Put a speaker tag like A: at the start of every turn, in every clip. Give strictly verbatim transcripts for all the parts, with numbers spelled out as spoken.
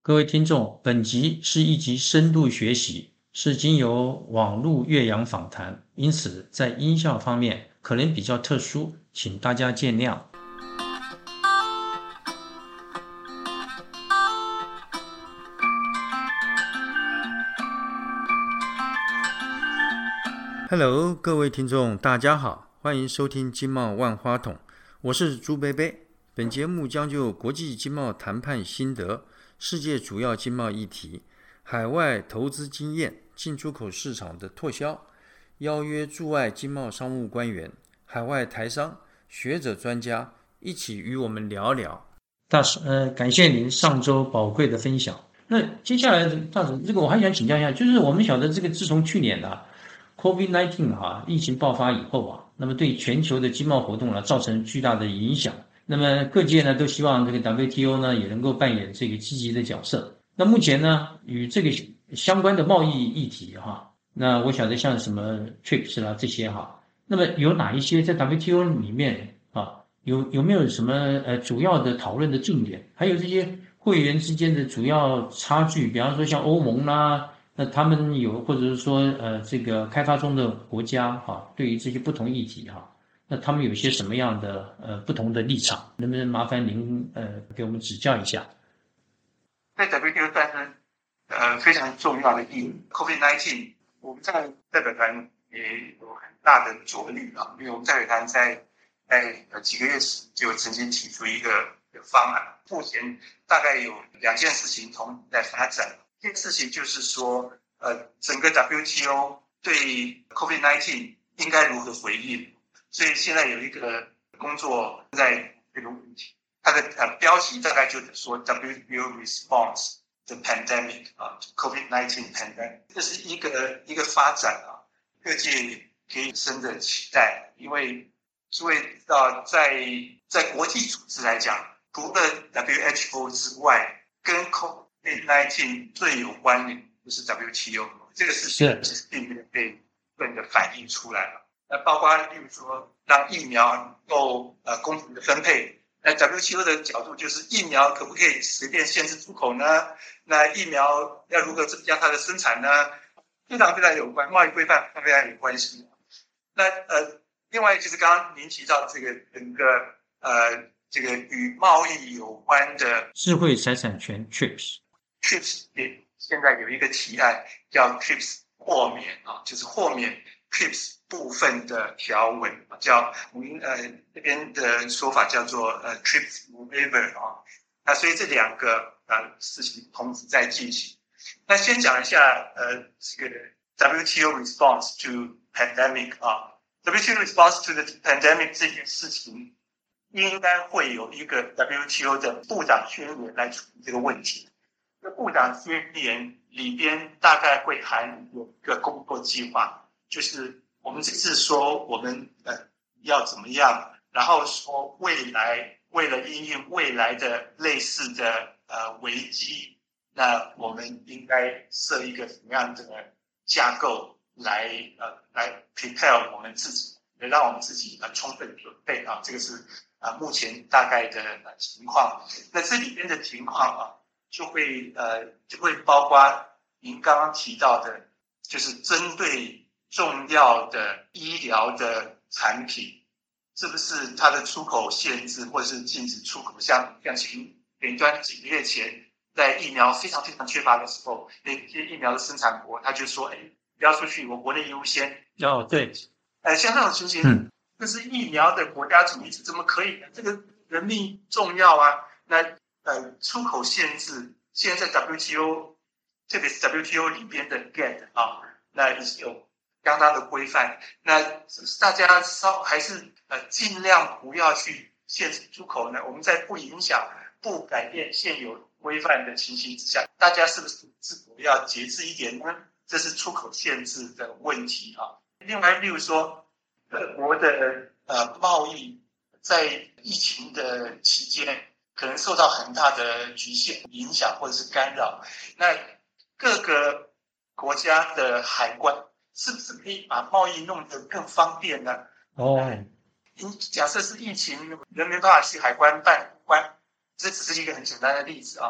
A: 各位听众，本集是一集深度学习，是经由网络岳阳访谈，因此在音效方面可能比较特殊，请大家见谅。Hello， 各位听众，大家好，欢迎收听经贸万花筒，我是朱贝贝。本节目将就国际经贸谈判心得、世界主要经贸议题、海外投资经验、进出口市场的拓销，邀约驻外经贸商务官员、海外台商、学者专家一起与我们聊聊。大使，呃，感谢您上周宝贵的分享。那接下来，大使，这个我还想请教一下，就是我们晓得这个自从去年啊 COVID 十九 啊疫情爆发以后啊，那么对全球的经贸活动呢造成巨大的影响。那么各界呢都希望这个 W T O 呢也能够扮演这个积极的角色。那目前呢与这个相关的贸易议题哈，那我晓得像什么 T R I P S 啦这些哈，那么有哪一些在 W T O 里面啊有有没有什么呃主要的讨论的重点？还有这些会员之间的主要差距，比方说像欧盟啦，那他们有或者是说呃这个开发中的国家哈，对于这些不同议题哈。那他们有些什么样的呃不同的立场？能不能麻烦您呃给我们指教一下？
B: 在 W T O 算是呃非常重要的议题 ，COVID 十九， 我们在代表团也有很大的着力啊，因为我们代表团在在呃几个月前就曾经提出一个一个方案，目前大概有两件事情同时在发展。一件事情就是说，呃，整个 W T O 对 COVID 十九 应该如何回应。所以现在有一个工作在这个问题，它的呃标题大概就是说 W T O response the pandemic 啊 ，COVID 十九 pandemic， 这是一个一个发展啊，各界可以深的期待，因为诸位知道在在国际组织来讲，除了 W H O 之外，跟 COVID 十九 最有关联就是 W T O， 这个事情其实并没有被真的反映出来了。那包括例如说让疫苗能够呃公平的分配，那 W T O 的角度就是疫苗可不可以随便限制出口呢？那疫苗要如何增加它的生产呢？非常非常有关，贸易规范非常有关系。那呃，另外就是刚刚您提到这个整个呃这个与贸易有关的
A: 智慧财产权 T R I P S
B: T R I P S 也现在有一个提案叫 T R I P S 豁免啊，就是豁免 T R I P S 部分的条文，叫我们呃这边的说法叫做呃 T R I P S waiver 啊。那所以这两个呃事情同时在进行。那先讲一下呃这个 W T O response to pandemic 啊 ，W T O response to the pandemic 这件事情应该会有一个 W T O 的部长宣言来处理这个问题。这部长宣言里边大概会含有一个工作计划，就是我们这次说我们呃要怎么样，然后说未来为了因应未来的类似的呃危机，那我们应该设一个什么样的架构来呃来 prepare 我们自己，让我们自己呃充分准备啊，这个是啊、呃、目前大概的呃情况。那这里边的情况啊，就会呃就会包括您刚刚提到的，就是针对重要的医疗的产品，是不是它的出口限制或者是禁止出口？像像前前一段几个月前，在疫苗非常非常缺乏的时候，那些疫苗的生产国他就说：“哎，不要出去，我国内优先。”
A: 哦，对，
B: 呃，像这种情形，嗯，这是疫苗的国家主义，怎么可以呢？这个人命重要啊！那呃，出口限制现在在 W T O， 特别是 W T O 里边的 G A T 啊，那也是有相当的规范。那大家稍还是呃尽量不要去限制出口呢？我们在不影响、不改变现有规范的情形之下，大家是不是自我要节制一点呢？这是出口限制的问题啊。另外，例如说，各国的呃贸易在疫情的期间，可能受到很大的局限、影响或者是干扰。那各个国家的海关是不是可以把贸易弄得更方便呢？
A: 哦，
B: 假设是疫情，人没办法去海关办关，这只是一个很简单的例子啊。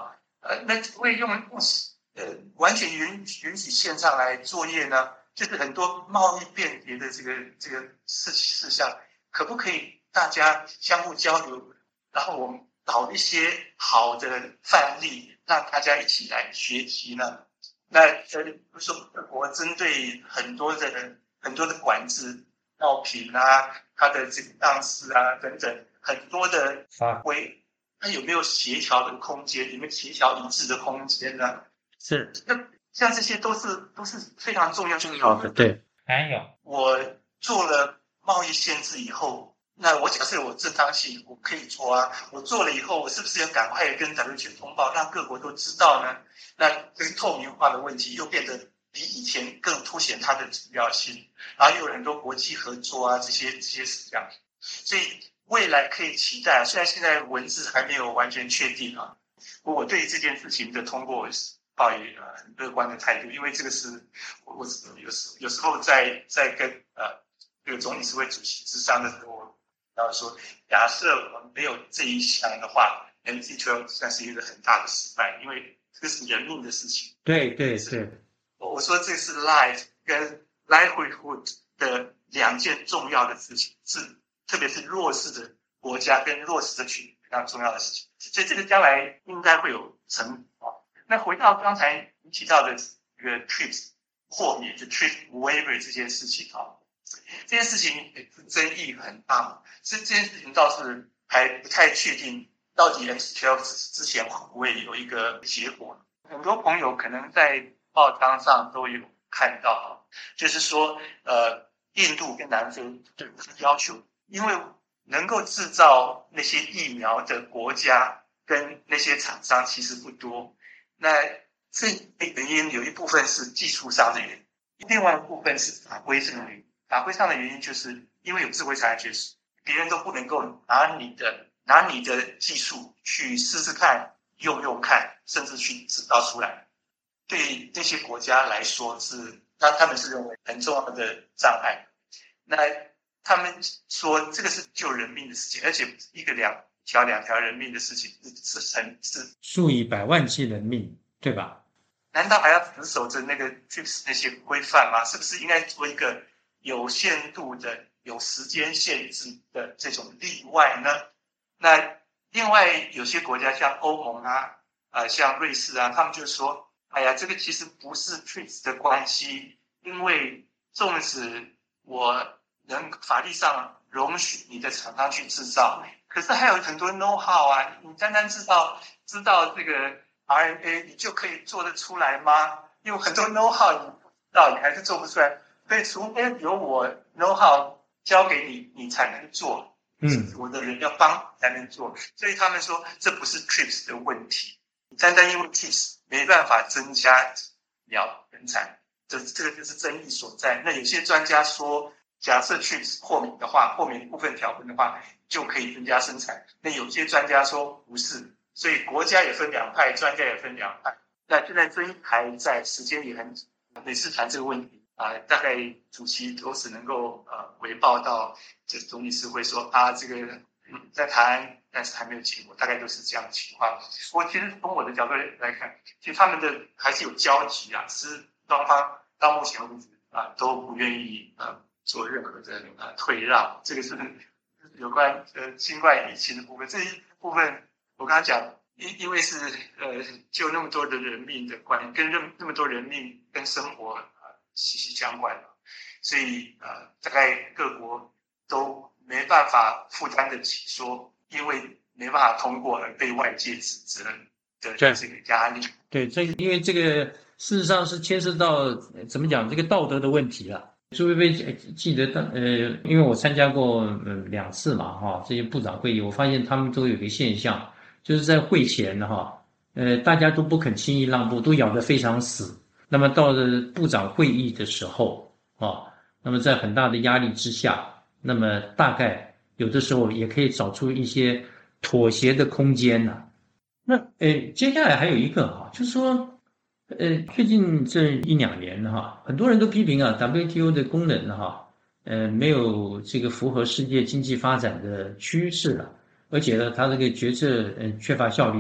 B: 呃，那会用用呃完全允允许线上来作业呢？就是很多贸易便捷的这个这个事事项，可不可以大家相互交流，然后我们找一些好的范例，让大家一起来学习呢？那呃，比如说各国针对很多的很多的管制、药品啊，它的这个档次啊等等，很多的法规，它有没有协调的空间？有没有协调一致的空间呢？
A: 是，
B: 那像这些都是都是非常重要重
A: 要的。对，还有
B: 我做了贸易限制以后，那我假设我正当性，我可以做啊。我做了以后，我是不是要赶快跟 W T O 通报，让各国都知道呢？那这个透明化的问题又变得比以前更凸显它的重要性，然后又有很多国际合作啊，这些这些是这样。所以未来可以期待，虽然现在文字还没有完全确定啊，不过我对这件事情的通过抱以呃很乐观的态度，因为这个是我我有时有时候在在跟呃这个总理事会主席咨商的时候，然后说，假设我们没有这一项的话 ，M C 十二 算是一个很大的失败，因为这是人命的事情。
A: 对对对，
B: 我我说这是 life 跟 livelihood 的两件重要的事情，是特别是弱势的国家跟弱势的群体非常重要的事情，所以这个将来应该会有成果。那回到刚才你提到的这个 T R I P S 豁免，就 T R I P S waiver 这件事情啊，这件事情争议很大，这这件事情倒是还不太确定，到底 M C 十二 之前会不会有一个结果？很多朋友可能在报章上都有看到，就是说，呃，印度跟南非对要求，因为能够制造那些疫苗的国家跟那些厂商其实不多。那这原因有一部分是技术上的原因，另外一部分是法规上的原因。法规上的原因就是因为有智慧财产权，别人都不能够拿你的拿你的技术去试试看、用用看，甚至去制造出来。对那些国家来说是，那他们是认为很重要的障碍。那他们说这个是救人命的事情，而且一个两条两条人命的事情是是很是
A: 数以百万计人命，对吧？
B: 难道还要死守着那个 T R I P S 那些规范吗？是不是应该做一个有限度的、有时间限制的这种例外呢？那另外有些国家像欧盟啊、呃、像瑞士啊，他们就说，哎呀，这个其实不是 T R I P S 的关系，因为纵使我能法律上容许你的厂商去制造，可是还有很多 know how 啊，你单单知道知道这个 R N A， 你就可以做得出来吗？因为很多 know how 你不知道，你还是做不出来。所以除非有我 know how 交给你，你才能做。嗯，我的人要帮才能做。所以他们说这不是 T R I P S 的问题，单单因为 T R I P S 没办法增加鸟人才，这这个就是争议所在。那有些专家说，假设 T R I P S 豁免的话，豁免部分条文的话，就可以增加生产。那有些专家说不是。所以国家也分两派，专家也分两派。那现在争议还在，时间也很紧。每次谈这个问题啊、呃，大概主席都只能够呃回报到这总理事会说啊，这个嗯在谈，但是还没有结果，大概都是这样的情况。我其实从我的角度来看，其实他们的还是有交集啊，只是双方到目前为止啊、呃、都不愿意呃做任何的呃退让。这个是有关呃新冠疫情的部分，这一部分。我刚才讲，因因为是呃救那么多的人命的关，跟那么多人命跟生活呃息息相关，所以呃大概各国都没办法负担得起说，因为没办法通过而被外界指责的这个压力。
A: 对，这因为这个事实上是牵涉到怎么讲这个道德的问题了。朱薇薇记得呃，因为我参加过呃两次嘛哈，这些部长会议，我发现他们都有一个现象。就是在会前哈，呃，大家都不肯轻易让步，都咬得非常死。那么到了部长会议的时候啊，那么在很大的压力之下，那么大概有的时候也可以找出一些妥协的空间呢、啊。那呃，接下来还有一个哈，就是说，呃，最近这一两年哈，很多人都批评啊 W T O 的功能哈，呃，没有这个符合世界经济发展的趋势了。而且呢，它这个决策嗯缺乏效率。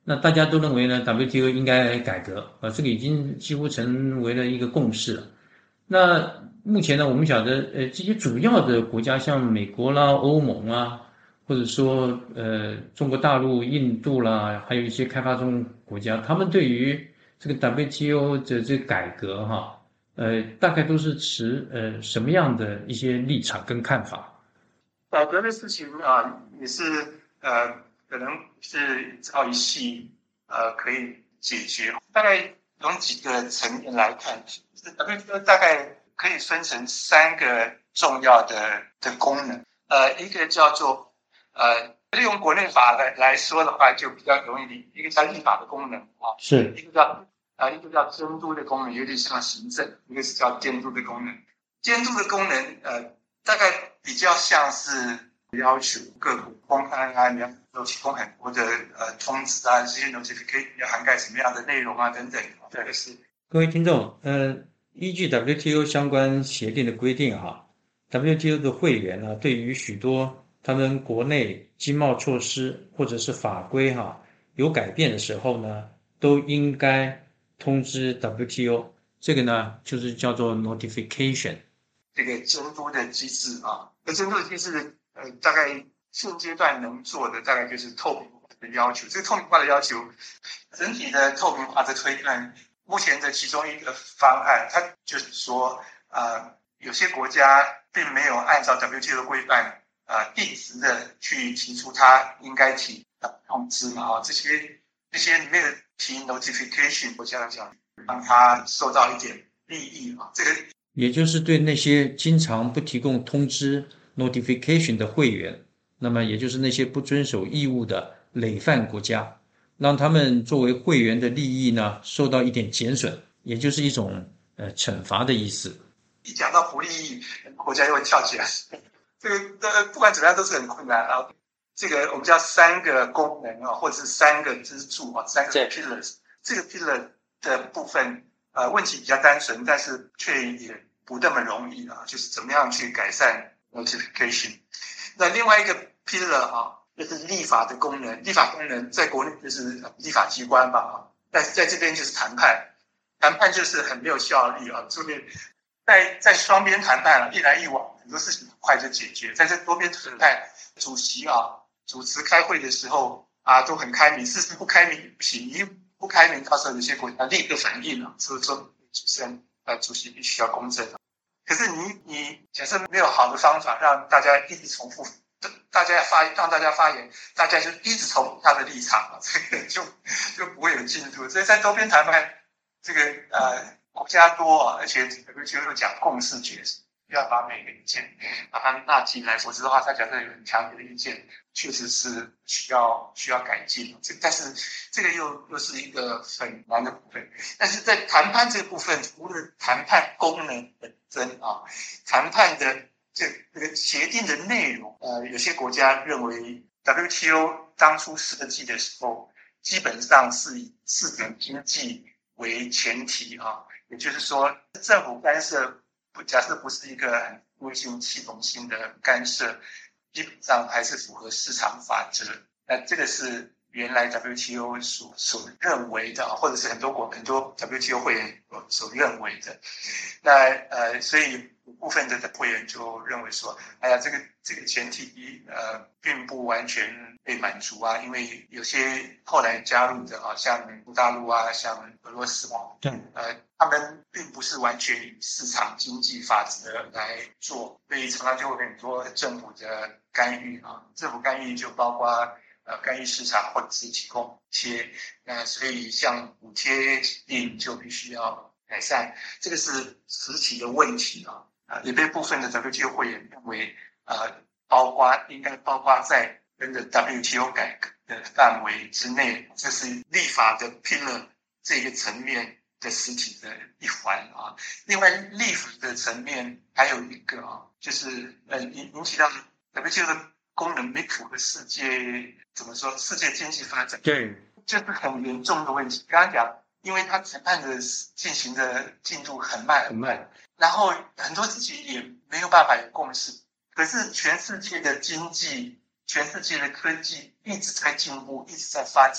A: 那大家都认为呢 W T O 应该来改革，呃，这个已经几乎成为了一个共识了。那目前呢，我们晓得，呃，这些主要的国家，像美国啦、欧盟啊，或者说呃中国大陆、印度啦，还有一些开发中国家，他们对于这个 W T O 的这个改革哈，呃，大概都是持呃什么样的一些立场跟看法？
B: 改革的事情啊，也是呃，可能是一朝一夕，呃，可以解决。大概从几个层面来看，W T O 大概可以分成三个重要的的功能。呃，一个叫做呃，利用国内法来来说的话，就比较容易理。一个叫立法的功能啊，
A: 是
B: 一个叫啊，一个叫监督的功能，有点像行政；一个是叫监督的功能。监督的功能，呃。大概比较像是要求各国公开啊，你要提供很多的呃通知啊，这些 notification 要涵盖什么样的内容啊等等，这个是。
A: 各位听众，呃，依据 W T O 相关协定的规定哈，W T O 的会员呢，对于许多他们国内经贸措施或者是法规哈有改变的时候呢，都应该通知 W T O，这个呢就是叫做 notification。
B: 这个监督的机制啊，那监督的机制，呃，大概现阶段能做的大概就是透明化的要求。这个透明化的要求，整体的透明化的推案，目前的其中一个方案，它就是说，呃，有些国家并没有按照 W T O 的规范，呃，定时的去提出它应该提的通知嘛，啊，这些这些没有提 notification 国家来讲，让它受到一点利益啊，这个。
A: 也就是对那些经常不提供通知 notification 的会员，那么也就是那些不遵守义务的累犯国家，让他们作为会员的利益呢受到一点减损，也就是一种呃惩罚的意思。
B: 一讲到不利益，国家又会跳起来。这个呃，不管怎么样都是很困难啊。这个我们叫三个功能啊，或者是三个支柱啊，三个 pillars。这个 pillar 的部分，呃，问题比较单纯，但是却也不那么容易啊。就是怎么样去改善 notification。那另外一个 pillar 啊，就是立法的功能。立法功能在国内就是立法机关吧啊，但是在这边就是谈判。谈判就是很没有效率啊，这边在在双边谈判啊，一来一往，很多事情很快就解决。在这多边谈判，主席啊主持开会的时候啊都很开明，事实不开明不行，一不开明，到时候有些国家立刻反应了，所以说主持人呃主席必须要公正。可是你你假设没有好的方法让大家一直重复，大家发让大家发言，大家就一直重复他的立场啊，这个就就不会有进度。所以在多边谈判，这个呃。国家多啊，而且 W T O 又讲共识决策，要把每个意见把它纳进来，否则的话，他假设有很强烈的意见，确实是需要需要改进。这但是这个又又是一个很难的部分。但是在谈判这个部分，除了谈判功能本身啊，谈判的这这个协定的内容，呃，有些国家认为 W T O 当初设计的时候，基本上是以市场经济为前提啊。也就是说，政府干涉不假设不是一个很微性系统性的干涉，基本上还是符合市场法则。那这个是原来 W T O 所所认为的，或者是很多国很多 W T O 会员所认为的。那呃，所以部分的会员就认为说，哎呀，这个这个前提呃并不完全被满足啊，因为有些后来加入的啊，像美国大陆啊，像俄罗斯啊，对，呃，他们并不是完全以市场经济法则来做，所以常常就会很多政府的干预啊，政府干预就包括呃干预市场或者是提供一些，那所以像补贴令就必须要改善，这个是实体的问题啊，啊，也被部分的 W T O 会员认为，呃，包括应该包括在跟着 W T O 改革的范围之内，这是立法的 pillar 这个层面的实体的一环啊。另外，立法的层面还有一个啊，就是呃引引起到 W T O 的功能没符合世界怎么说世界经济发展，
A: 对，
B: 这是很严重的问题。刚刚讲。因为它谈判的进行的进度很慢很慢，然后很多事情也没有办法有共识。可是全世界的经济、全世界的科技一直在进步，一直在发展。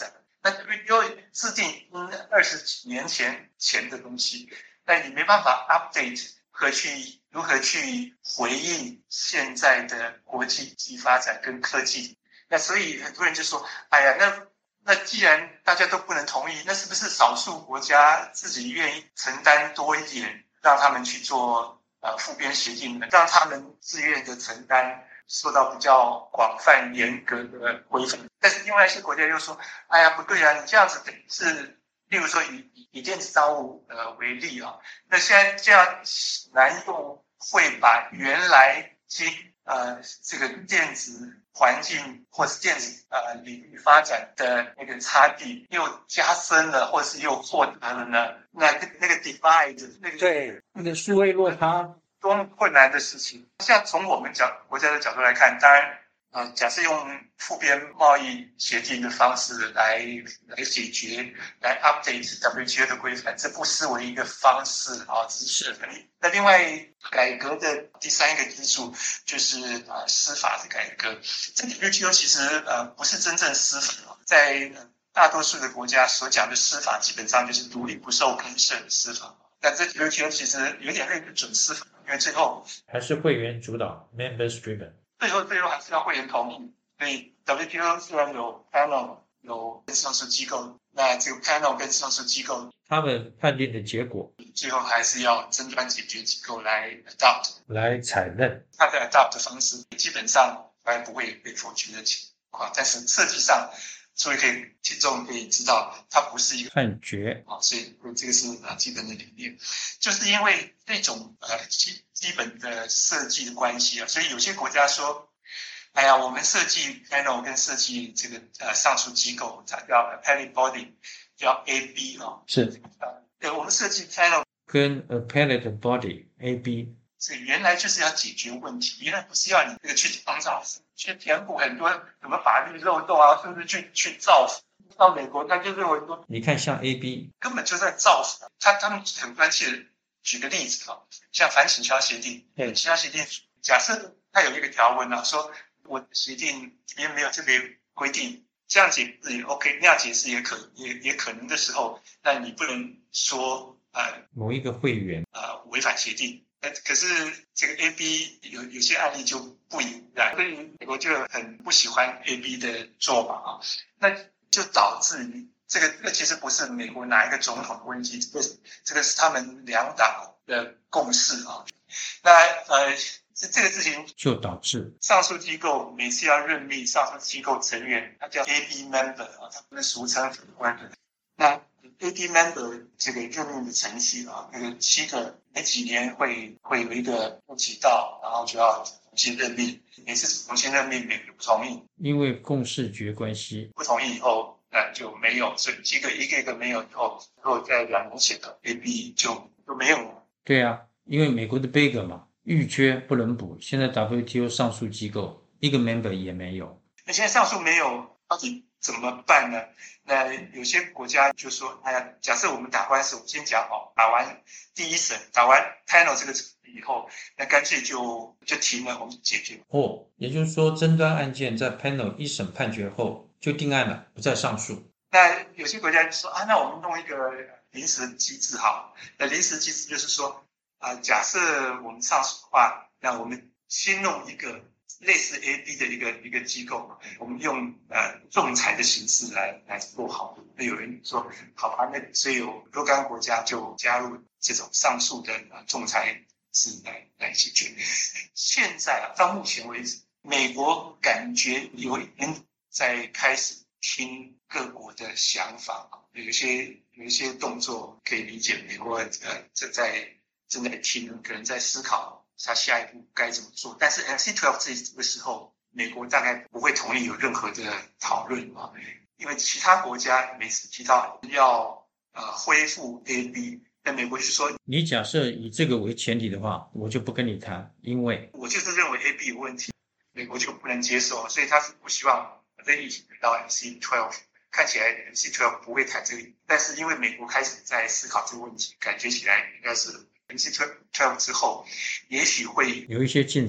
B: 那 W T O 制定二十几年前前的东西，那你没办法 update 和去如何去回应现在的国际级发展跟科技。那所以很多人就说，哎呀，那那既然大家都不能同意，那是不是少数国家自己愿意承担多一点，让他们去做呃复编协定，让他们自愿的承担，受到比较广泛严格的规范？但是另外一些国家又说，哎呀，不对啊，你这样子等于是，例如说以以电子账务呃为例啊，那现在这样难用会把原来经呃这个电子环境或是电子呃领域发展的那个差距又加深了，或是又扩大了呢？那那个 divide 那个
C: 对那个数位落差，
B: 多么困难的事情。像从我们角国家的角度来看，当然呃，假设用复编贸易协定的方式来来解决，来 update W T O 的规范，这不失为一个方式啊，只是那另外改革的第三个支柱就是呃司法的改革。这 W T O 其实呃不是真正司法，在大多数的国家所讲的司法，基本上就是独立不受干涉的司法。但这 W T O 其实有点类似准司法，因为最后
C: 还是会员主导 （members driven）。
B: 最后最后还是要会员同意。所以 W T O 虽然有 panel 有上诉机构，那这个 panel 跟上诉机构
C: 他们判定的结果
B: 最后还是要争端解决机构来 adopt
C: 来采认。
B: 它的 adopt 的方式基本上还不会被否决的情况，但是设计上所以可以听众可以知道它不是一个
C: 判决
B: 啊，所以这个是啊基本的理念。就是因为这种呃基基本的设计的关系啊，所以有些国家说，哎呀，我们设计 panel 跟设计这个呃上诉机构，它叫 appellate body， 叫 A B 啊，
C: 是
B: 呃，对，我们设计 panel
C: 跟 appellate body A B，
B: 这原来就是要解决问题，原来不是要你这个去创造、去填补很多什么法律漏洞啊，甚至去去造反。到美国，他就认为说，
C: 你看像 A B
B: 根本就在造反。他他们很关切的，举个例子啊，像反倾销协定，
C: 对
B: 倾销协定，假设它有一个条文啊，说我的协定里面没有特别规定，这样解释也 OK， 那样解释也可也也可能的时候，那你不能说呃
C: 某一个会员
B: 呃违反协定。呃，可是这个 A B 有有些案例就不一样，所以美国就很不喜欢 A B 的做法啊，那就导致于这个这个其实不是美国哪一个总统的问题，这个这个是他们两党的共识啊。那呃，这个事情
C: 就导致
B: 上诉机构每次要任命上诉机构成员，他叫 A B member 啊，他们俗称法官的。那 A B member 这个任命的程序啊，那个七个每几年会会有一个任期到，然后就要重新任命，每次重新任命，每个不同意，
C: 因为共视觉关系
B: 不同意以后，那就没有，所以几个一个一个没有以后，然后在两年前的 A B 就就没有了。
C: 对啊，因为美国的 B E G 嘛，预缺不能补，现在 W T O 上诉机构一个 member 也没有。
B: 那现在上诉没有，到底怎么办呢？那有些国家就说，哎呀，假设我们打官司，我们先讲好，打完第一审，打完 panel 这个以后，那干脆就就停了，我们解决。
C: 哦，也就是说，争端案件在 panel 一审判决后就定案了，不再上诉。
B: 那有些国家就说啊，那我们弄一个临时机制好，那临时机制就是说，啊、呃，假设我们上诉的话，那我们先弄一个类似 A B 的一个一个机构，我们用呃仲裁的形式来来做好。那有人说，好吧，那所以有若干国家就加入这种上诉的呃仲裁是来来解决。现在啊，到目前为止，美国感觉有人在开始听各国的想法，有一些有一些动作可以理解，美国呃正在正在听，可能在思考他下一步该怎么做。但是 M C 十二 这个时候，美国大概不会同意有任何的讨论啊，因为其他国家每次提到要呃恢复 A B， 那美国就说，
C: 你假设以这个为前提的话，我就不跟你谈，因为
B: 我就是认为 A B 有问题，美国就不能接受，所以他是不希望这一起到 M C 十二。看起来 M C 十二 不会谈这个，但是因为美国开始在思考这个问题，感觉起来应该是 M C 十二 之后，也许会
C: 有一些进展。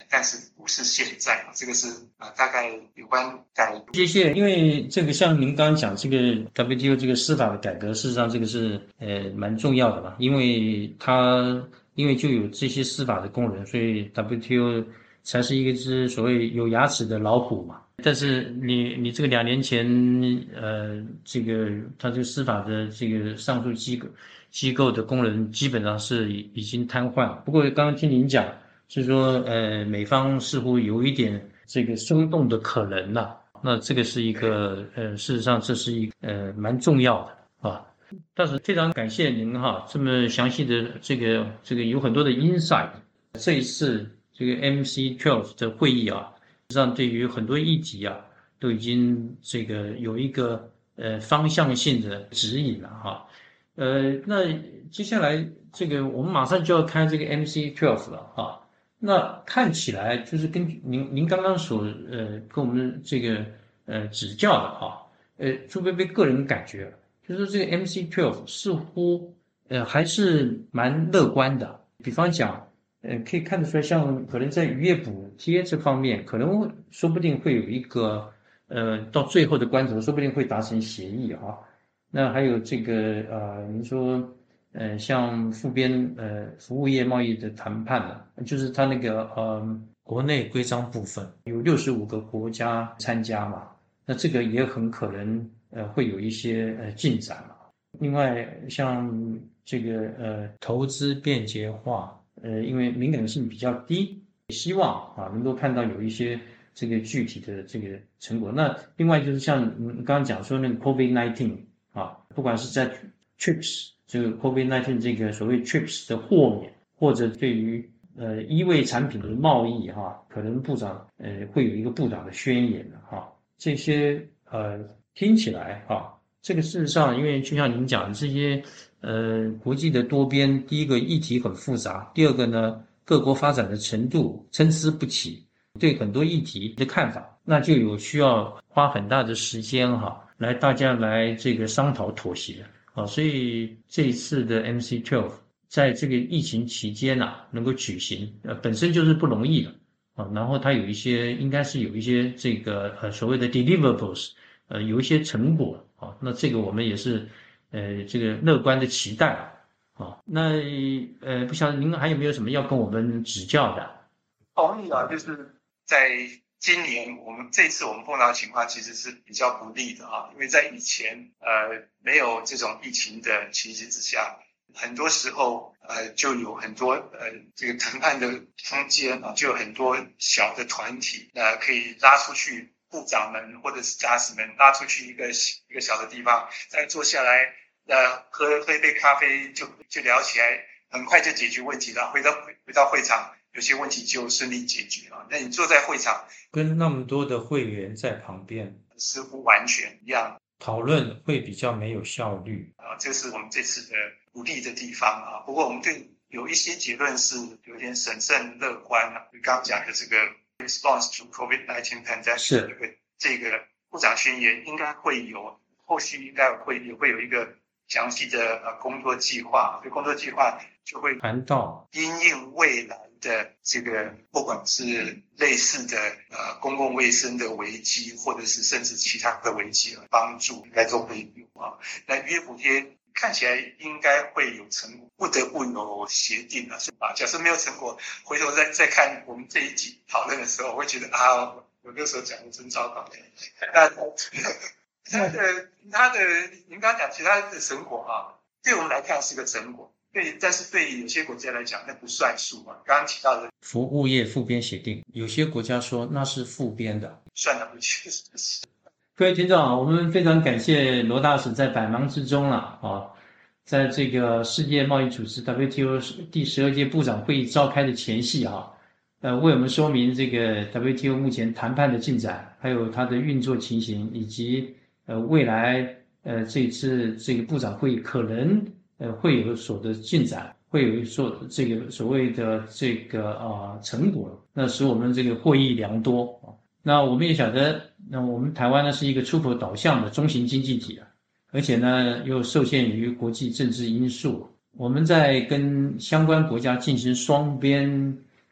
B: 但是不是现在啊。这个是啊、呃，大概有关改革。
C: 谢谢。因为这个像您刚刚讲这个 W T O 这个司法的改革，事实上这个是呃蛮重要的嘛，因为它因为就有这些司法的功能，所以 W T O 才是一个只所谓有牙齿的老虎嘛。但是你你这个两年前呃这个它这个司法的这个上诉机构机构的功能基本上是已经瘫痪了。不过刚刚听您讲是说呃美方似乎有一点这个松动的可能了、啊，那这个是一个呃事实上这是一个呃蛮重要的啊。但是非常感谢您哈这么详细的这个这个有很多的 insight。这一次这个 M C 十二 的会议啊，实际上对于很多议题啊都已经这个有一个呃方向性的指引了哈。呃，那接下来这个我们马上就要开这个 M C 十二 了哈。那看起来就是根据您您刚刚所呃跟我们这个呃指教的哈，呃朱贝贝个人感觉就是这个 M C 十二 似乎呃还是蛮乐观的。比方讲，呃可以看得出来，像可能在渔业补贴这方面，可能说不定会有一个呃到最后的关头，说不定会达成协议哈。那还有这个呃，您说。呃，像复编呃服务业贸易的谈判呢、啊，就是它那个呃国内规章部分有六十五个国家参加嘛，那这个也很可能呃会有一些呃进展嘛。另外像这个呃投资便捷化，呃因为敏感性比较低，希望啊能够看到有一些这个具体的这个成果。那另外就是像您刚刚讲说那个 COVID 十九 啊，不管是在 T R I P S。这个 COVID 十九 这个所谓 T R I P S 的豁免，或者对于呃医卫产品的贸易哈，可能部长呃会有一个部长的宣言的哈，这些呃听起来哈，这个事实上，因为就像您讲的这些呃国际的多边，第一个议题很复杂，第二个呢各国发展的程度参差不齐，对很多议题的看法，那就有需要花很大的时间哈，来大家来这个商讨妥协。啊，所以这一次的 M C 十二 在这个疫情期间啊，能够举行，呃，本身就是不容易的啊。然后它有一些，应该是有一些这个呃所谓的 deliverables，呃，有一些成果啊。那这个我们也是呃这个乐观的期待啊。啊，那呃不晓得您还有没有什么要跟我们指教的？
B: 同意啊，就是在。今年我们这次我们碰到的情况其实是比较不利的啊，因为在以前呃没有这种疫情的情形之下，很多时候呃就有很多呃这个谈判的空间啊，就有很多小的团体呃可以拉出去，部长们或者是驾驶们拉出去一个一个小的地方，再坐下来呃喝喝一杯咖啡就就聊起来，很快就解决问题了，回到回到会场。有些问题就顺利解决啊。那你坐在会场，
C: 跟那么多的会员在旁边，
B: 似乎完全一样，
C: 讨论会比较没有效率
B: 啊。这是我们这次的不利的地方啊。不过我们对有一些结论是有点审慎乐观啊。刚刚讲的这个 response to COVID 十九 pandemic
C: 是
B: 这个这个部长宣言应该会有，后续应该会也会有一个详细的呃工作计划。这工作计划就会
C: 谈到
B: 因应未来的这个不管是类似的呃公共卫生的危机，或者是甚至其他的危机而帮助，应该都会有啊。那渔业补贴看起来应该会有成果，不得不有协定了，是吧？假设没有成果，回头再再看我们这一集讨论的时候，我会觉得啊，我那时候讲的真糟糕。那他的他的您刚刚讲其他的成果啊，对我们来看是个成果。对，但是对有些国家来讲，那不算数啊。刚刚提到的
C: 服务业复编协定，有些国家说那是复编的，
B: 算得不去。
C: 各位听众啊，我们非常感谢罗大使在百忙之中啊，啊，在这个世界贸易组织 W T O 第十二届部长会议召开的前夕啊，呃，为我们说明这个 W T O 目前谈判的进展，还有它的运作情形，以及呃未来呃这次这个部长会议可能。呃，会有所的进展，会有所这个所谓的这个啊、呃、成果，那使我们这个获益良多啊。那我们也晓得，那我们台湾呢是一个出口导向的中型经济体啊，而且呢又受限于国际政治因素，我们在跟相关国家进行双边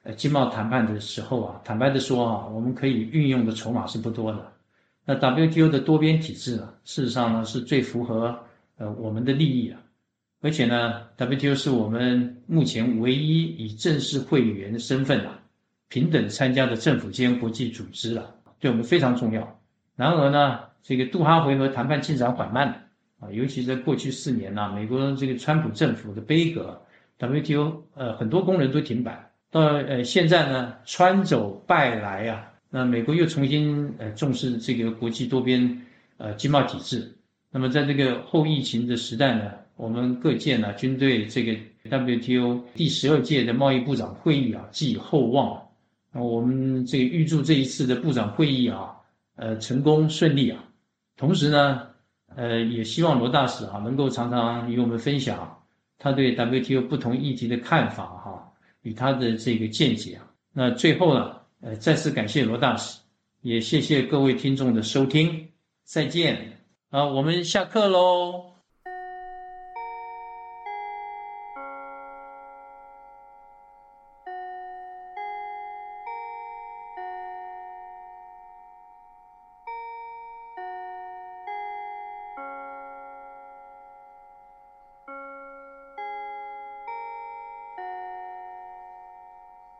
C: 呃经贸谈判的时候啊，坦白的说啊，我们可以运用的筹码是不多的。那 W T O 的多边体制啊，事实上呢是最符合呃我们的利益啊。而且呢 ，W T O 是我们目前唯一以正式会员身份啊，平等参加的政府间国际组织了，对我们非常重要。然而呢，这个杜哈回合谈判进展缓慢啊，尤其在过去四年呢、啊，美国这个川普政府的杯葛 ，W T O 呃很多工人都停摆。到呃现在呢，川走败来啊，那美国又重新呃重视这个国际多边呃经贸体制。那么在这个后疫情的时代呢，我们各界呢均对这个 W T O 第十二届的贸易部长会议啊寄予厚望。那我们这个预祝这一次的部长会议啊，呃成功顺利啊。同时呢，呃也希望罗大使啊能够常常与我们分享他对 W T O 不同议题的看法哈、啊。与他的这个见解啊，那最后呢，呃，再次感谢罗大使，也谢谢各位听众的收听，再见啊，我们下课喽。